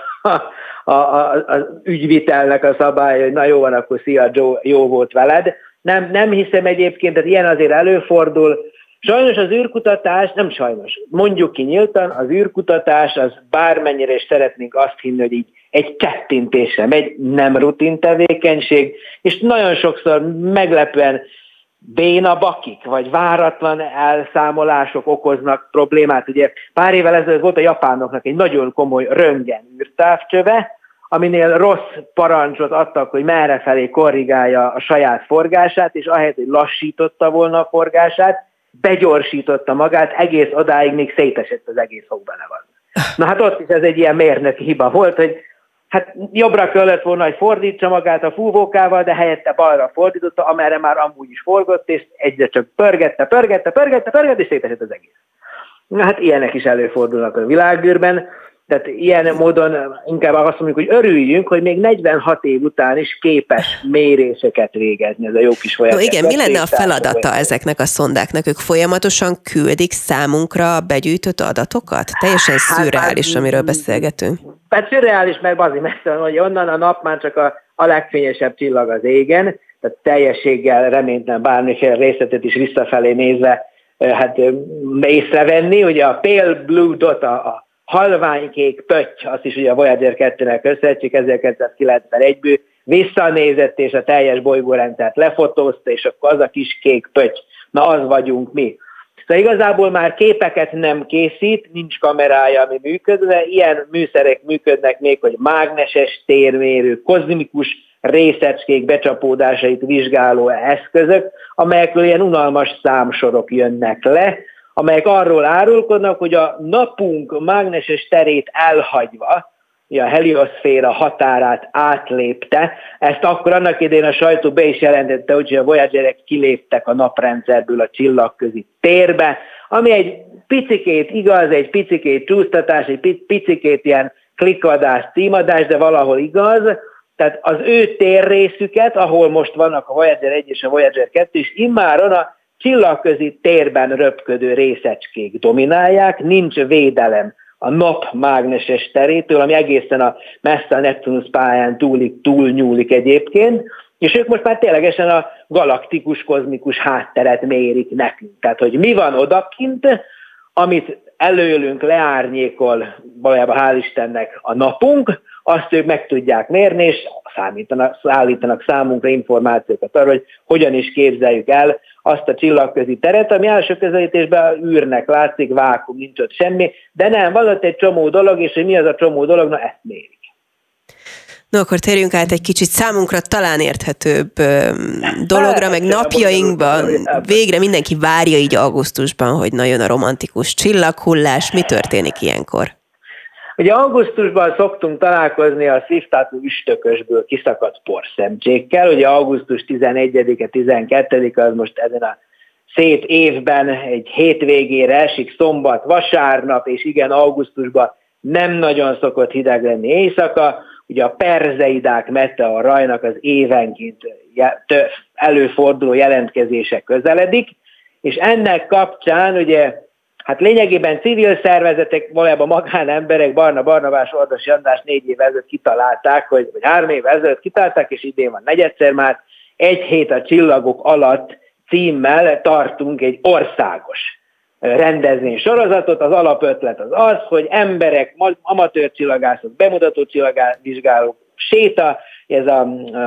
az ügyvitelnek a szabály, hogy na jó van, akkor szia Joe, jó volt veled. Nem hiszem egyébként, tehát ilyen azért előfordul. Sajnos az űrkutatás, nem sajnos, mondjuk ki nyíltan, az űrkutatás az bármennyire is szeretnénk azt hinni, hogy így egy kettintésre megy, nem rutin tevékenység, és nagyon sokszor meglepően béna bakik, vagy váratlan elszámolások okoznak problémát. Ugye pár évvel ezelőtt volt a japánoknak egy nagyon komoly röntgen űrtávcsöve, aminél rossz parancsot adtak, hogy merrefelé korrigálja a saját forgását, és ahelyett, hogy lassította volna a forgását, begyorsította magát, egész odáig még szétesett az egész fog bele van. Na hát ott is ez egy ilyen mérnöki hiba volt, hogy hát jobbra kellett volna, hogy fordítsa magát a fúvókával, de helyette balra fordította, amerre már amúgy is forgott, és egyre csak pörgette, és szétesett az egész. Na hát ilyenek is előfordulnak a világűrben, tehát ilyen módon inkább azt mondjuk, hogy örüljünk, hogy még 46 év után is képes méréseket végezni ez a jó kis Voyager. Igen, mi lenne a feladata ezeknek a szondáknak? Ők folyamatosan küldik számunkra begyűjtött adatokat? Teljesen szürreális, amiről beszélgetünk. Hát szürreális, mert azért messze, hogy onnan a nap már csak a legfényesebb csillag az égen, tehát teljességgel reménytelen bármiféle részletet is visszafelé nézve észrevenni. Ugye a pale blue dot, a halványkék pötty, azt is ugye a Voyager 2-nek köszönhetjük, 1991-ből visszanézett, és a teljes bolygórendszert lefotózta, és akkor az a kis kék pötty, na az vagyunk mi. Szóval igazából már képeket nem készít, nincs kamerája, ami működ, de ilyen műszerek működnek még, hogy mágneses térmérő, kozmikus részecskék becsapódásait vizsgáló eszközök, amelyekről ilyen unalmas számsorok jönnek le, amelyek arról árulkodnak, hogy a napunk mágneses terét elhagyva, a helioszféra határát átlépte, ezt akkor annak idején a sajtó be is jelentette, hogy a Voyagerek kiléptek a naprendszerből a csillagközi térbe, ami egy picikét igaz, egy picikét csúsztatás, egy picikét ilyen klikadás, címadás, de valahol igaz. Tehát az ő térrészüket, ahol most vannak a Voyager 1 és a Voyager 2 is, immáron a csillagközi térben röpködő részecskék dominálják, nincs védelem a nap mágneses terétől, ami egészen a messze a Neptunusz pályán túlnyúlik egyébként, és ők most már ténylegesen a galaktikus, kozmikus hátteret mérik nekünk. Tehát, hogy mi van odakint, amit előlünk leárnyékol, valójában hál' Istennek a napunk, azt ők meg tudják mérni, és szállítanak számunkra információkat arról, hogy hogyan is képzeljük el azt a csillagközi teret, ami első közelítésben űrnek látszik, vákum, nincs ott semmi, de nem, van ott egy csomó dolog, és hogy mi az a csomó dolog, na ezt mérik. No, akkor térjünk át egy kicsit számunkra talán érthetőbb dologra, meg napjainkban. Végre mindenki várja így augusztusban, hogy nagyon a romantikus csillaghullás. Mi történik ilyenkor? Ugye augusztusban szoktunk találkozni a szívtátú üstökösből kiszakadt porszemcsékkel, ugye augusztus 11-e, 12-e az most ezen a szép évben egy hétvégére esik, szombat, vasárnap, és igen, augusztusban nem nagyon szokott hideg lenni éjszaka. Ugye a perzeidák meteorrajnak az évenként előforduló jelentkezése közeledik, és ennek kapcsán ugye, hát lényegében civil szervezetek, valójában magánemberek, Barnabás, Ordas András 4 év ezelőtt kitalálták, vagy 3 év ezelőtt kitalálták, és idén van negyedszer már, Egy hét a csillagok alatt címmel tartunk egy országos rendezvénysorozatot. Az alapötlet az, hogy emberek, amatőr csillagászok, bemutató csillagvizsgálók, séta, ez a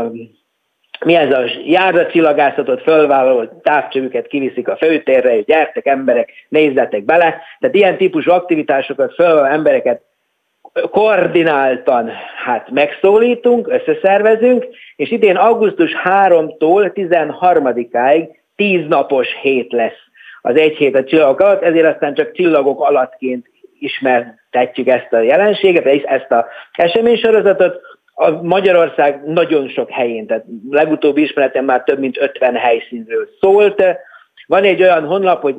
járdacsillagászatot fölvállaló távcsövüket kiviszik a főtérre, és gyertek emberek, nézzetek bele. Tehát ilyen típusú aktivitásokat fölvállaló embereket koordináltan megszólítunk, összeszervezünk, és idén augusztus 3-tól 13-áig 10 napos hét lesz az Egy hét a csillagok alatt, ezért aztán csak csillagok alattként ismertetjük ezt a jelenséget, ezt az eseménysorozatot. A Magyarország nagyon sok helyén, tehát legutóbbi ismeretem már több mint 50 helyszínről szólt. Van egy olyan honlap, hogy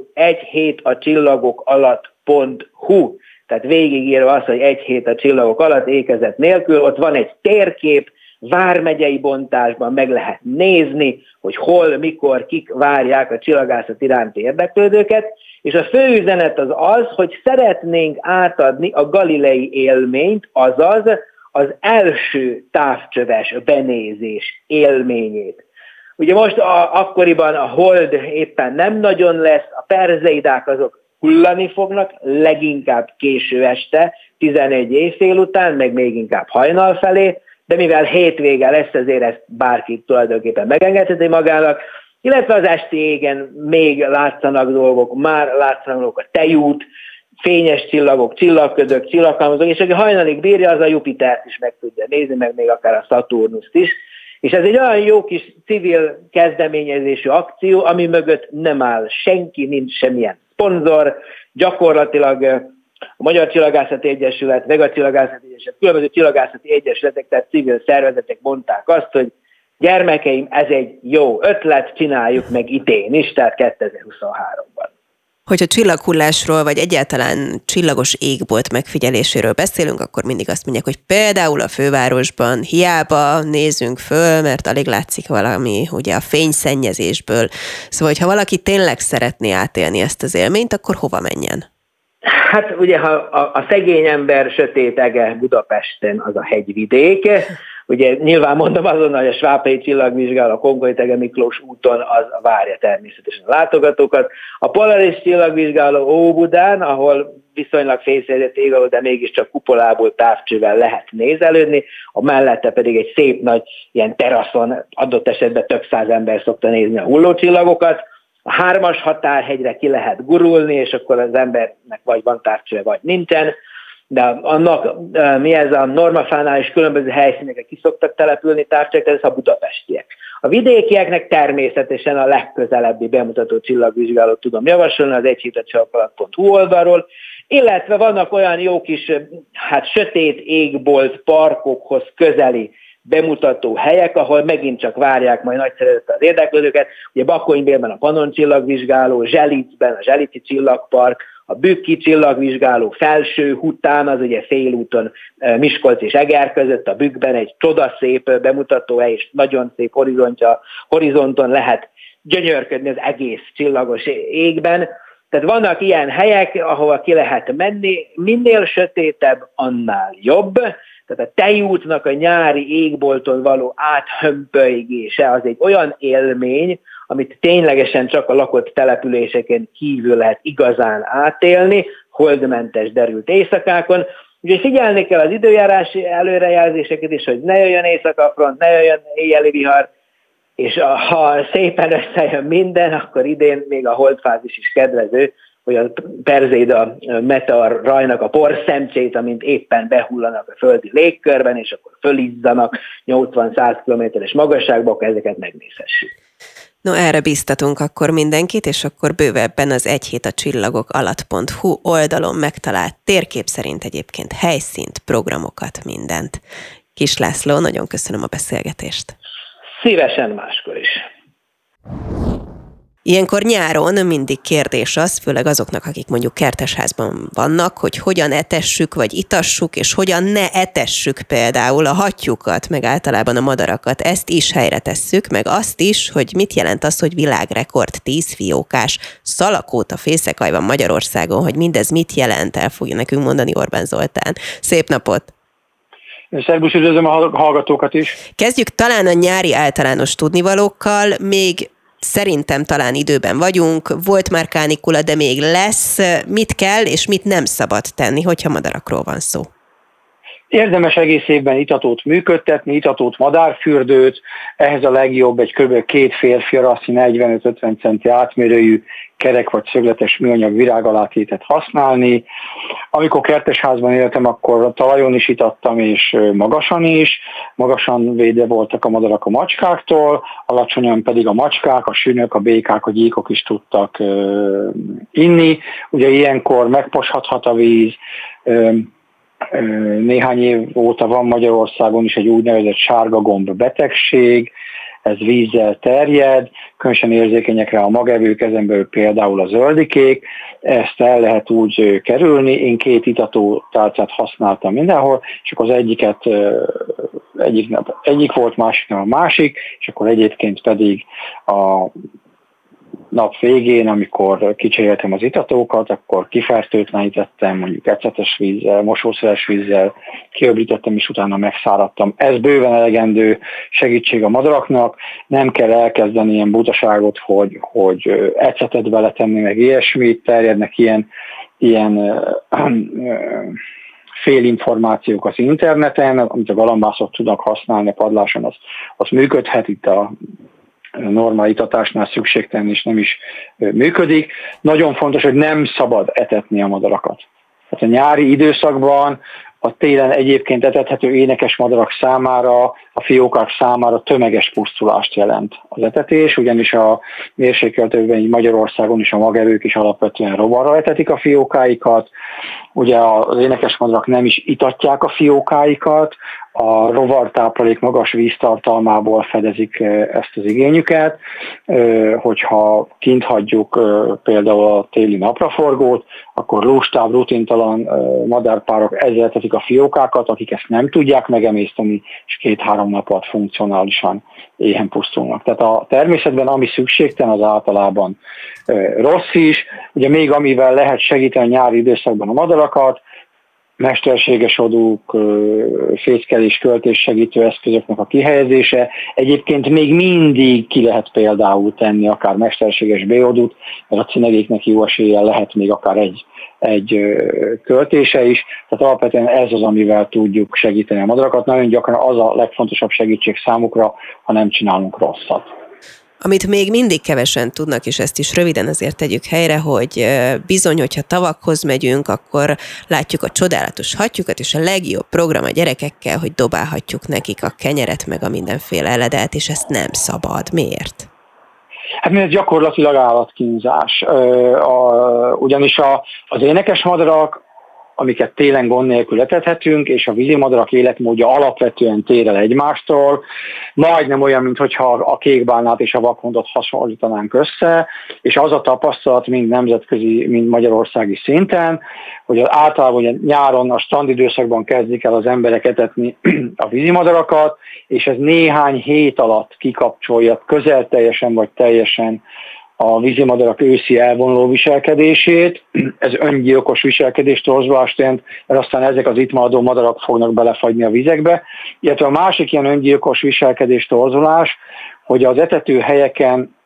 egyhétacsillagokalatt.hu, tehát végigírva az, hogy Egy hét a csillagok alatt ékezet nélkül, ott van egy térkép, vármegyei bontásban meg lehet nézni, hogy hol, mikor, kik várják a csillagászat iránti érdeklődőket, és a fő üzenet az, hogy szeretnénk átadni a galilei élményt, azaz az első távcsöves benézés élményét. Ugye most akkoriban a hold éppen nem nagyon lesz, a perzeidák azok hullani fognak, leginkább késő este, 11 éjfél után, meg még inkább hajnal felé, de mivel hétvége lesz, ezért ezt bárki tulajdonképpen megengedheti magának, illetve az esti égen még látszanak dolgok, már látszanak dolgok, a tejút, fényes csillagok, csillagködök, csillaghalmazok, és aki hajnalig bírja, az a Jupitert is meg tudja nézni, meg még akár a Szaturnuszt is. És ez egy olyan jó kis civil kezdeményezésű akció, ami mögött nem áll senki, nincs semmilyen szponzor, gyakorlatilag a Magyar Csillagászati Egyesület, Vega Csillagászati Egyesület, különböző csillagászati egyesületek, tehát civil szervezetek mondták azt, hogy gyermekeim, ez egy jó ötlet, csináljuk meg idén is, tehát 2023-ban. Hogyha csillaghullásról, vagy egyáltalán csillagos égbolt megfigyeléséről beszélünk, akkor mindig azt mondják, hogy például a fővárosban hiába nézzünk föl, mert alig látszik valami ugye a fényszennyezésből. Szóval, hogyha valaki tényleg szeretné átélni ezt az élményt, akkor hova menjen? Hát ugye, ha a szegény ember sötétege Budapesten, az a hegyvidék. Ugye nyilván mondom azonnal, hogy a Svábhelyi csillagvizsgáló, a Konkoly-Thege Miklós úton az várja természetesen a látogatókat. A Polaris csillagvizsgáló Óbudán, ahol viszonylag fényszennyezett ég alól, de mégiscsak kupolából távcsővel lehet nézelődni, a mellette pedig egy szép nagy ilyen teraszon, adott esetben több száz ember szokta nézni a hullócsillagokat. A 3-as határhegyre ki lehet gurulni, és akkor az embernek vagy van távcsöve, vagy nincsen. De annak, a Normafánál is különböző helyszínekre ki szoktak települni távcsövek, ez a budapestiek. A vidékieknek természetesen a legközelebbi bemutató csillagvizsgálót tudom javasolni az egyhétacsillagokalatt.hu oldalról, illetve vannak olyan jó kis, sötét égbolt parkokhoz közeli bemutató helyek, ahol megint csak várják majd nagy szeretettel az érdeklődőket. Ugye Bakonybélben a Pannon csillagvizsgáló, Zselicben a Zselici csillagpark, a Bükki csillagvizsgáló Felsőhután, az ugye félúton Miskolc és Eger között, a Bükkben egy csodaszép bemutatóhely, és nagyon szép horizonton lehet gyönyörködni az egész csillagos égben. Tehát vannak ilyen helyek, ahova ki lehet menni, minél sötétebb, annál jobb. Tehát a tejútnak a nyári égbolton való áthömpölygése az egy olyan élmény, amit ténylegesen csak a lakott településeken kívül lehet igazán átélni, holdmentes derült éjszakákon. Úgyhogy figyelni kell az időjárási előrejelzéseket is, hogy ne jöjjön éjszakafront, ne jöjjön éjjeli vihar, és ha szépen összejön minden, akkor idén még a holdfázis is kedvező, hogy a Perseida meteor rajnak a porszemcsét, amint éppen behullanak a földi légkörben, és akkor fölizzanak 80-100 kilométeres magasságba, akkor ezeket megnézhessük. No, erre bíztatunk akkor mindenkit, és akkor bővebben az egyhétacsillagokalatt.hu oldalon megtalált térkép szerint egyébként helyszínt, programokat, mindent. Kis László, nagyon köszönöm a beszélgetést. Szívesen máskor is. Ilyenkor nyáron mindig kérdés az, főleg azoknak, akik mondjuk kertesházban vannak, hogy hogyan etessük, vagy itassuk, és hogyan ne etessük például a hattyúkat, meg általában a madarakat. Ezt is helyre tesszük, meg azt is, hogy mit jelent az, hogy világrekord 10 fiókás szalakóta fészekaj van Magyarországon, hogy mindez mit jelent, el fogja nekünk mondani Orbán Zoltán. Szép napot! Szerbusz, üdvözlöm a hallgatókat is! Kezdjük talán a nyári általános tudnivalókkal, még szerintem talán időben vagyunk, volt már kánikula, de még lesz. Mit kell és mit nem szabad tenni, hogyha madarakról van szó? Érdemes egész évben itatót működtetni, itatót madárfürdőt, ehhez a legjobb egy kb. 2 férfi rasszi 45-50 centi átmérőjű kerek vagy szögletes műanyag virágalátétet használni. Amikor kertesházban éltem, akkor talajon is itattam, és magasan is. Magasan védve voltak a madarak a macskáktól, alacsonyan pedig a macskák, a sünök, a békák, a gyíkok is tudtak inni. Ugye ilyenkor megposhathat a víz. Néhány év óta van Magyarországon is egy úgynevezett sárga gomb betegség, ez vízzel terjed, különösen érzékenyek rá a magevők, ezen belül például a zöldikék, ezt el lehet úgy kerülni, én 2 itató tálcát használtam mindenhol, és akkor az egyik volt, másik nem a másik, és akkor egyébként pedig a nap végén, amikor kicseréltem az itatókat, akkor kifertőtlenítettem, mondjuk ecetes vízzel, mosószeres vízzel, kiöblítettem, és utána megszáradtam. Ez bőven elegendő segítség a madaraknak, nem kell elkezdeni ilyen butaságot, hogy ecetet beletenni, meg ilyesmit, terjednek ilyen félinformációk az interneten, amit a galambászok tudnak használni a padláson, az működhet, itt a normál itatásnál szükségtelen és nem is működik. Nagyon fontos, hogy nem szabad etetni a madarakat. Tehát a nyári időszakban a télen egyébként etethető énekes madarak számára, a fiókák számára tömeges pusztulást jelent az etetés, ugyanis a mérsékeltőben Magyarországon is a magevők is alapvetően rovarra etetik a fiókáikat, ugye az énekes madarak nem is itatják a fiókáikat, a rovartáplálék magas víztartalmából fedezik ezt az igényüket, hogyha kint hagyjuk például a téli napraforgót, akkor lustább, rutintalan madárpárok ezzel etetik a fiókákat, akik ezt nem tudják megemészteni, és 2-3 nap alatt funkcionálisan éhen pusztulnak. Tehát a természetben ami szükségtelen, az általában rossz is. Ugye még amivel lehet segíteni a nyári időszakban a madarakat, mesterséges odúk, fészkelés, költés segítő eszközöknek a kihelyezése. Egyébként még mindig ki lehet például tenni akár mesterséges B-odút, mert a cinegéknek jó eséllyel lehet még akár egy költése is. Tehát alapvetően ez az, amivel tudjuk segíteni a madarakat. Nagyon gyakran az a legfontosabb segítség számukra, ha nem csinálunk rosszat. Amit még mindig kevesen tudnak, és ezt is röviden azért tegyük helyre, hogy bizony, hogyha tavakhoz megyünk, akkor látjuk a csodálatos hattyúkat, és a legjobb program a gyerekekkel, hogy dobálhatjuk nekik a kenyeret, meg a mindenféle eledelt, és ezt nem szabad. Miért? Hát ez gyakorlatilag állatkínzás. Ugyanis az énekes madarak, amiket télen gond nélkül etethetünk, és a vízimadarak életmódja alapvetően tér el egymástól, majdnem olyan, mintha a kékbálnát és a vakhondot hasonlítanánk össze, és az a tapasztalat mind nemzetközi, mind magyarországi szinten, hogy általában ugye nyáron a strandidőszakban kezdik el az emberek etetni a vízimadarakat, és ez néhány hét alatt kikapcsolja közel teljesen vagy teljesen a vízimadarak őszi elvonuló viselkedését, ez öngyilkos viselkedést, torzulást jelent, mert aztán ezek az itt maradó madarak fognak belefagyni a vizekbe. Illetve a másik ilyen öngyilkos viselkedés, torzulás, hogy az etető helyeken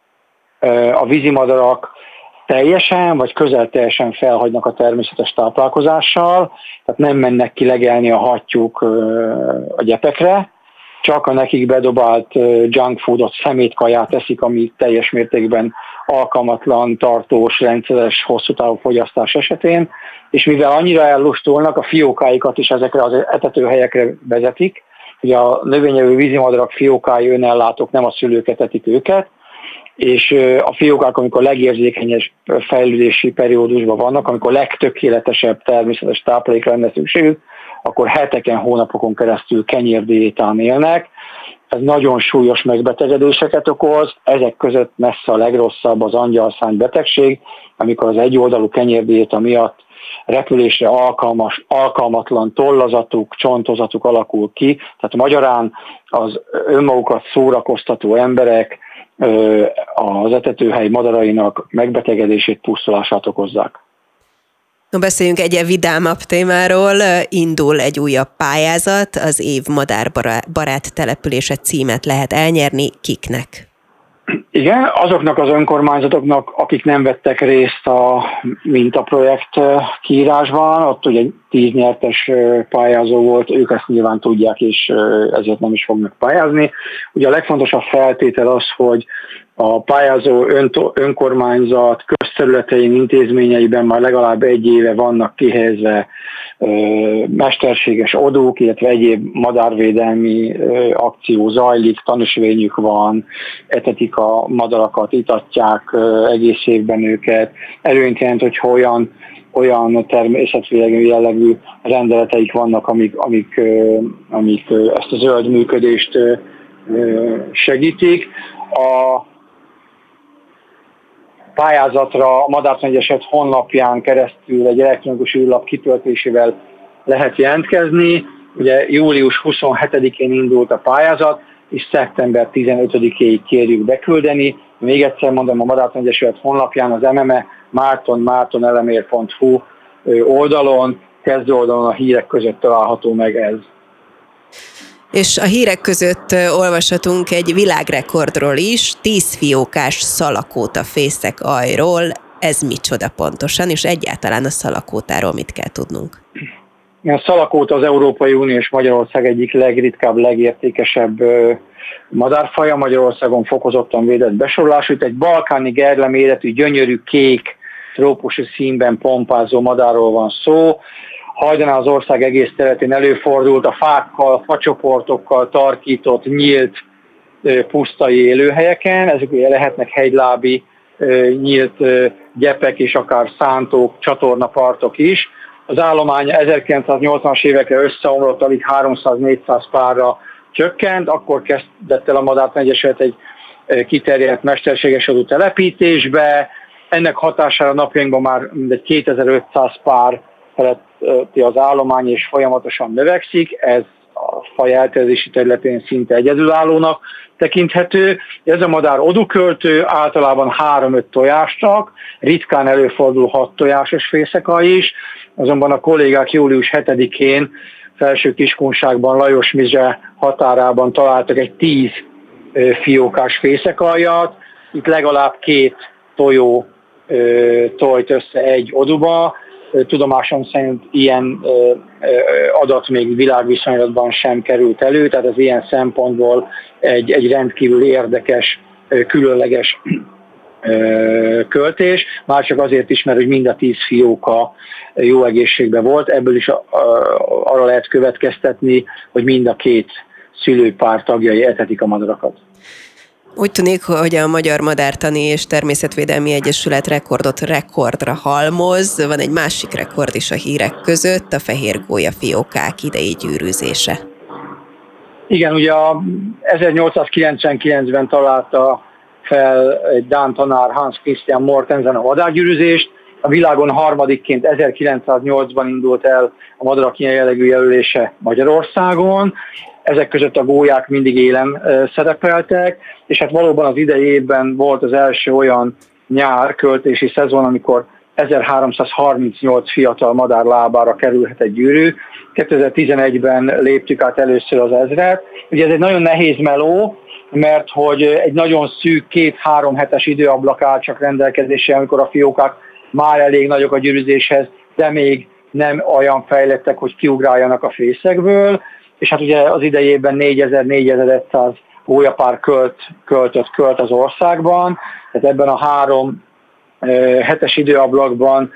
a vízimadarak teljesen vagy közel teljesen felhagynak a természetes táplálkozással, tehát nem mennek ki legelni a hattyúk a gyepekre, csak a nekik bedobált junk foodot, szemétkaját eszik, ami teljes mértékben alkalmatlan, tartós, rendszeres, hosszú távú fogyasztás esetén, és mivel annyira ellustulnak, a fiókáikat is ezekre az etetőhelyekre vezetik, ugye a növényevő vízimadarak fiókái önellátók, nem a szülők etetik őket, és a fiókák, amikor legérzékenyebb fejlődési periódusban vannak, amikor legtökéletesebb természetes táplálékra lenne szükségük, akkor heteken, hónapokon keresztül kenyérdiétán élnek. Ez nagyon súlyos megbetegedéseket okoz, ezek között messze a legrosszabb az angyalszárny betegség, amikor az egyoldalú kenyérdiéta miatt repülésre alkalmatlan tollazatuk, csontozatuk alakul ki. Tehát magyarán az önmagukat szórakoztató emberek az etetőhely madarainak megbetegedését, pusztulását okozzák. No, beszéljünk egy vidámabb témáról. Indul egy újabb pályázat, az év madárbarát települése címet lehet elnyerni. Kiknek? Igen, azoknak az önkormányzatoknak, akik nem vettek részt a mintaprojekt kiírásban, ott ugye 10 nyertes pályázó volt, ők ezt nyilván tudják, és ezért nem is fognak pályázni. Ugye a legfontosabb feltétel az, hogy a pályázó önkormányzat közterületein, intézményeiben már legalább 1 éve vannak kihelyezve mesterséges odók, illetve egyéb madárvédelmi akció zajlik, tanúsvényük van, etetik a madarakat, itatják egész évben őket. Előnyt jelent, hogyha olyan természetvédelmi jellegű rendeleteik vannak, amik ezt a zöld működést segítik. A pályázatra a Madártany-eset honlapján keresztül egy elektronikus űrlap kitöltésével lehet jelentkezni. Ugye július 27-én indult a pályázat, és szeptember 15-éig kérjük beküldeni. Még egyszer mondom, a Madártany-eset honlapján az mártonelemér.hu oldalon, kezdő oldalon a hírek között található meg ez. És a hírek között olvashatunk egy világrekordról is, 10 fiókás szalakóta fészek aljról. Ez micsoda pontosan, és egyáltalán a szalakótáról mit kell tudnunk? A szalakóta az Európai Unió és Magyarország egyik legritkább, legértékesebb madárfaja, Magyarországon fokozottan védett besorolású. Itt egy balkáni gerle méretű, gyönyörű, kék, trópusi színben pompázó madárról van szó. Hajdan az ország egész területén előfordult a fákkal, facsoportokkal tarkított, nyílt pusztai élőhelyeken. Ezek lehetnek hegylábi, nyílt gyepek és akár szántók, csatornapartok is. Az állomány 1980-as évekre összeomlott, alig 300-400 párra csökkent, akkor kezdett el a Madártany-Egyesület egy kiterjedt mesterséges odú telepítésbe. Ennek hatására napjainkban már mindegy 2500 pár feletti az állomány, és folyamatosan növekszik. Ez a faj elterjedési területén szinte egyedülállónak tekinthető. Ez a madár odúköltő, általában 3-5 tojásnak, ritkán előfordul 6 tojásos fészekalj is, azonban a kollégák július 7-én Felső-Kiskunságban, Lajos-Mizse határában találtak egy 10 fiókás fészekaljat. Itt legalább 2 tojó tojt össze egy oduba. Tudomásom szerint ilyen adat még világviszonylatban sem került elő, tehát az ilyen szempontból egy rendkívül érdekes, különleges költés. Már csak azért is, mert hogy mind a 10 fióka jó egészségben volt, ebből is arra lehet következtetni, hogy mind a 2 szülőpár tagjai etetik a madarakat. Úgy tűnik, hogy a Magyar Madártani és Természetvédelmi Egyesület rekordra halmoz. Van egy másik rekord is a hírek között, a fehér gólyafiókák idei gyűrűzése. Igen, ugye 1899-ben találta fel egy dán tanár, Hans Christian Mortensen a madárgyűrűzést. A világon harmadikként 1908-ban indult el a madarak ilyen jellegű jelölése Magyarországon. Ezek között a gólyák mindig élen szerepeltek, és hát valóban az idei évben volt az első olyan nyár-költési szezon, amikor 1338 fiatal madár lábára kerülhet egy gyűrű. 2011-ben léptük át először az 1000-et. Ugye ez egy nagyon nehéz meló, mert hogy egy nagyon szűk 2-3 hetes időablak áll csak rendelkezésre, amikor a fiókák már elég nagyok a gyűrűzéshez, de még nem olyan fejlettek, hogy kiugráljanak a fészekből. És hát ugye az idejében 4000-4100 gólyapár költ az országban, tehát ebben a 3 hetes időablakban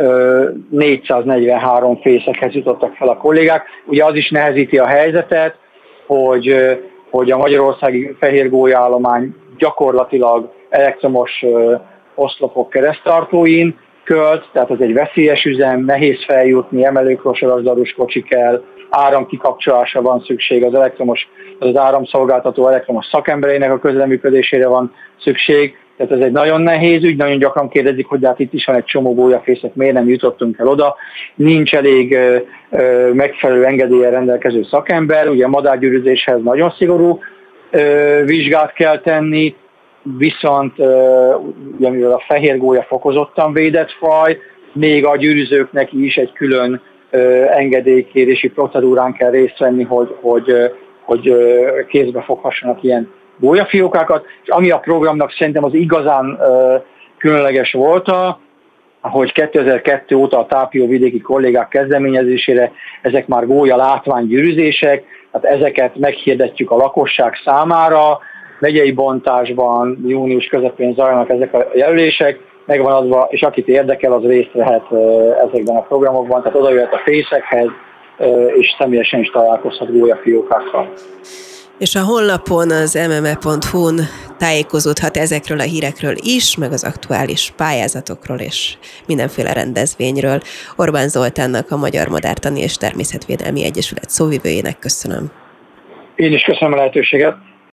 443 fészekhez jutottak fel a kollégák. Ugye az is nehezíti a helyzetet, hogy a magyarországi fehér gólyállomány gyakorlatilag elektromos oszlopok kereszttartóin költ, tehát ez egy veszélyes üzem, nehéz feljutni, emelőkorsorosdarús kocsi kell, áramkikapcsolásra van szükség, az áramszolgáltató elektromos szakembereinek a közreműködésére van szükség, tehát ez egy nagyon nehéz ügy, nagyon gyakran kérdezik, hogy hát itt is van egy csomó gólyafészek, miért nem jutottunk el oda, nincs elég megfelelő engedéllyel rendelkező szakember, ugye a madárgyűrűzéshez nagyon szigorú vizsgát kell tenni, viszont ugye, mivel a fehér gólya fokozottan védett faj, még a gyűrűzőknek is egy külön engedélykérési procedúrán kell részt venni, hogy kézbe foghassanak ilyen gólyafiókákat. És ami a programnak szerintem az igazán különleges volt, hogy 2002 óta a tápióvidéki kollégák kezdeményezésére ezek már gólya látványgyűrűzések, tehát ezeket meghirdetjük a lakosság számára, megyei bontásban június közepén zajlanak ezek a jelölések, megvan adva, és akit érdekel, az részt vehet ezekben a programokban, tehát oda jöhet a fészekhez, és személyesen is találkozhat gólyafiókákkal. És a honlapon, az mme.hu-n tájékozódhat ezekről a hírekről is, meg az aktuális pályázatokról és mindenféle rendezvényről. Orbán Zoltánnak, a Magyar Madártani és Természetvédelmi Egyesület szóvivőjének köszönöm. Én is köszönöm a lehetőséget.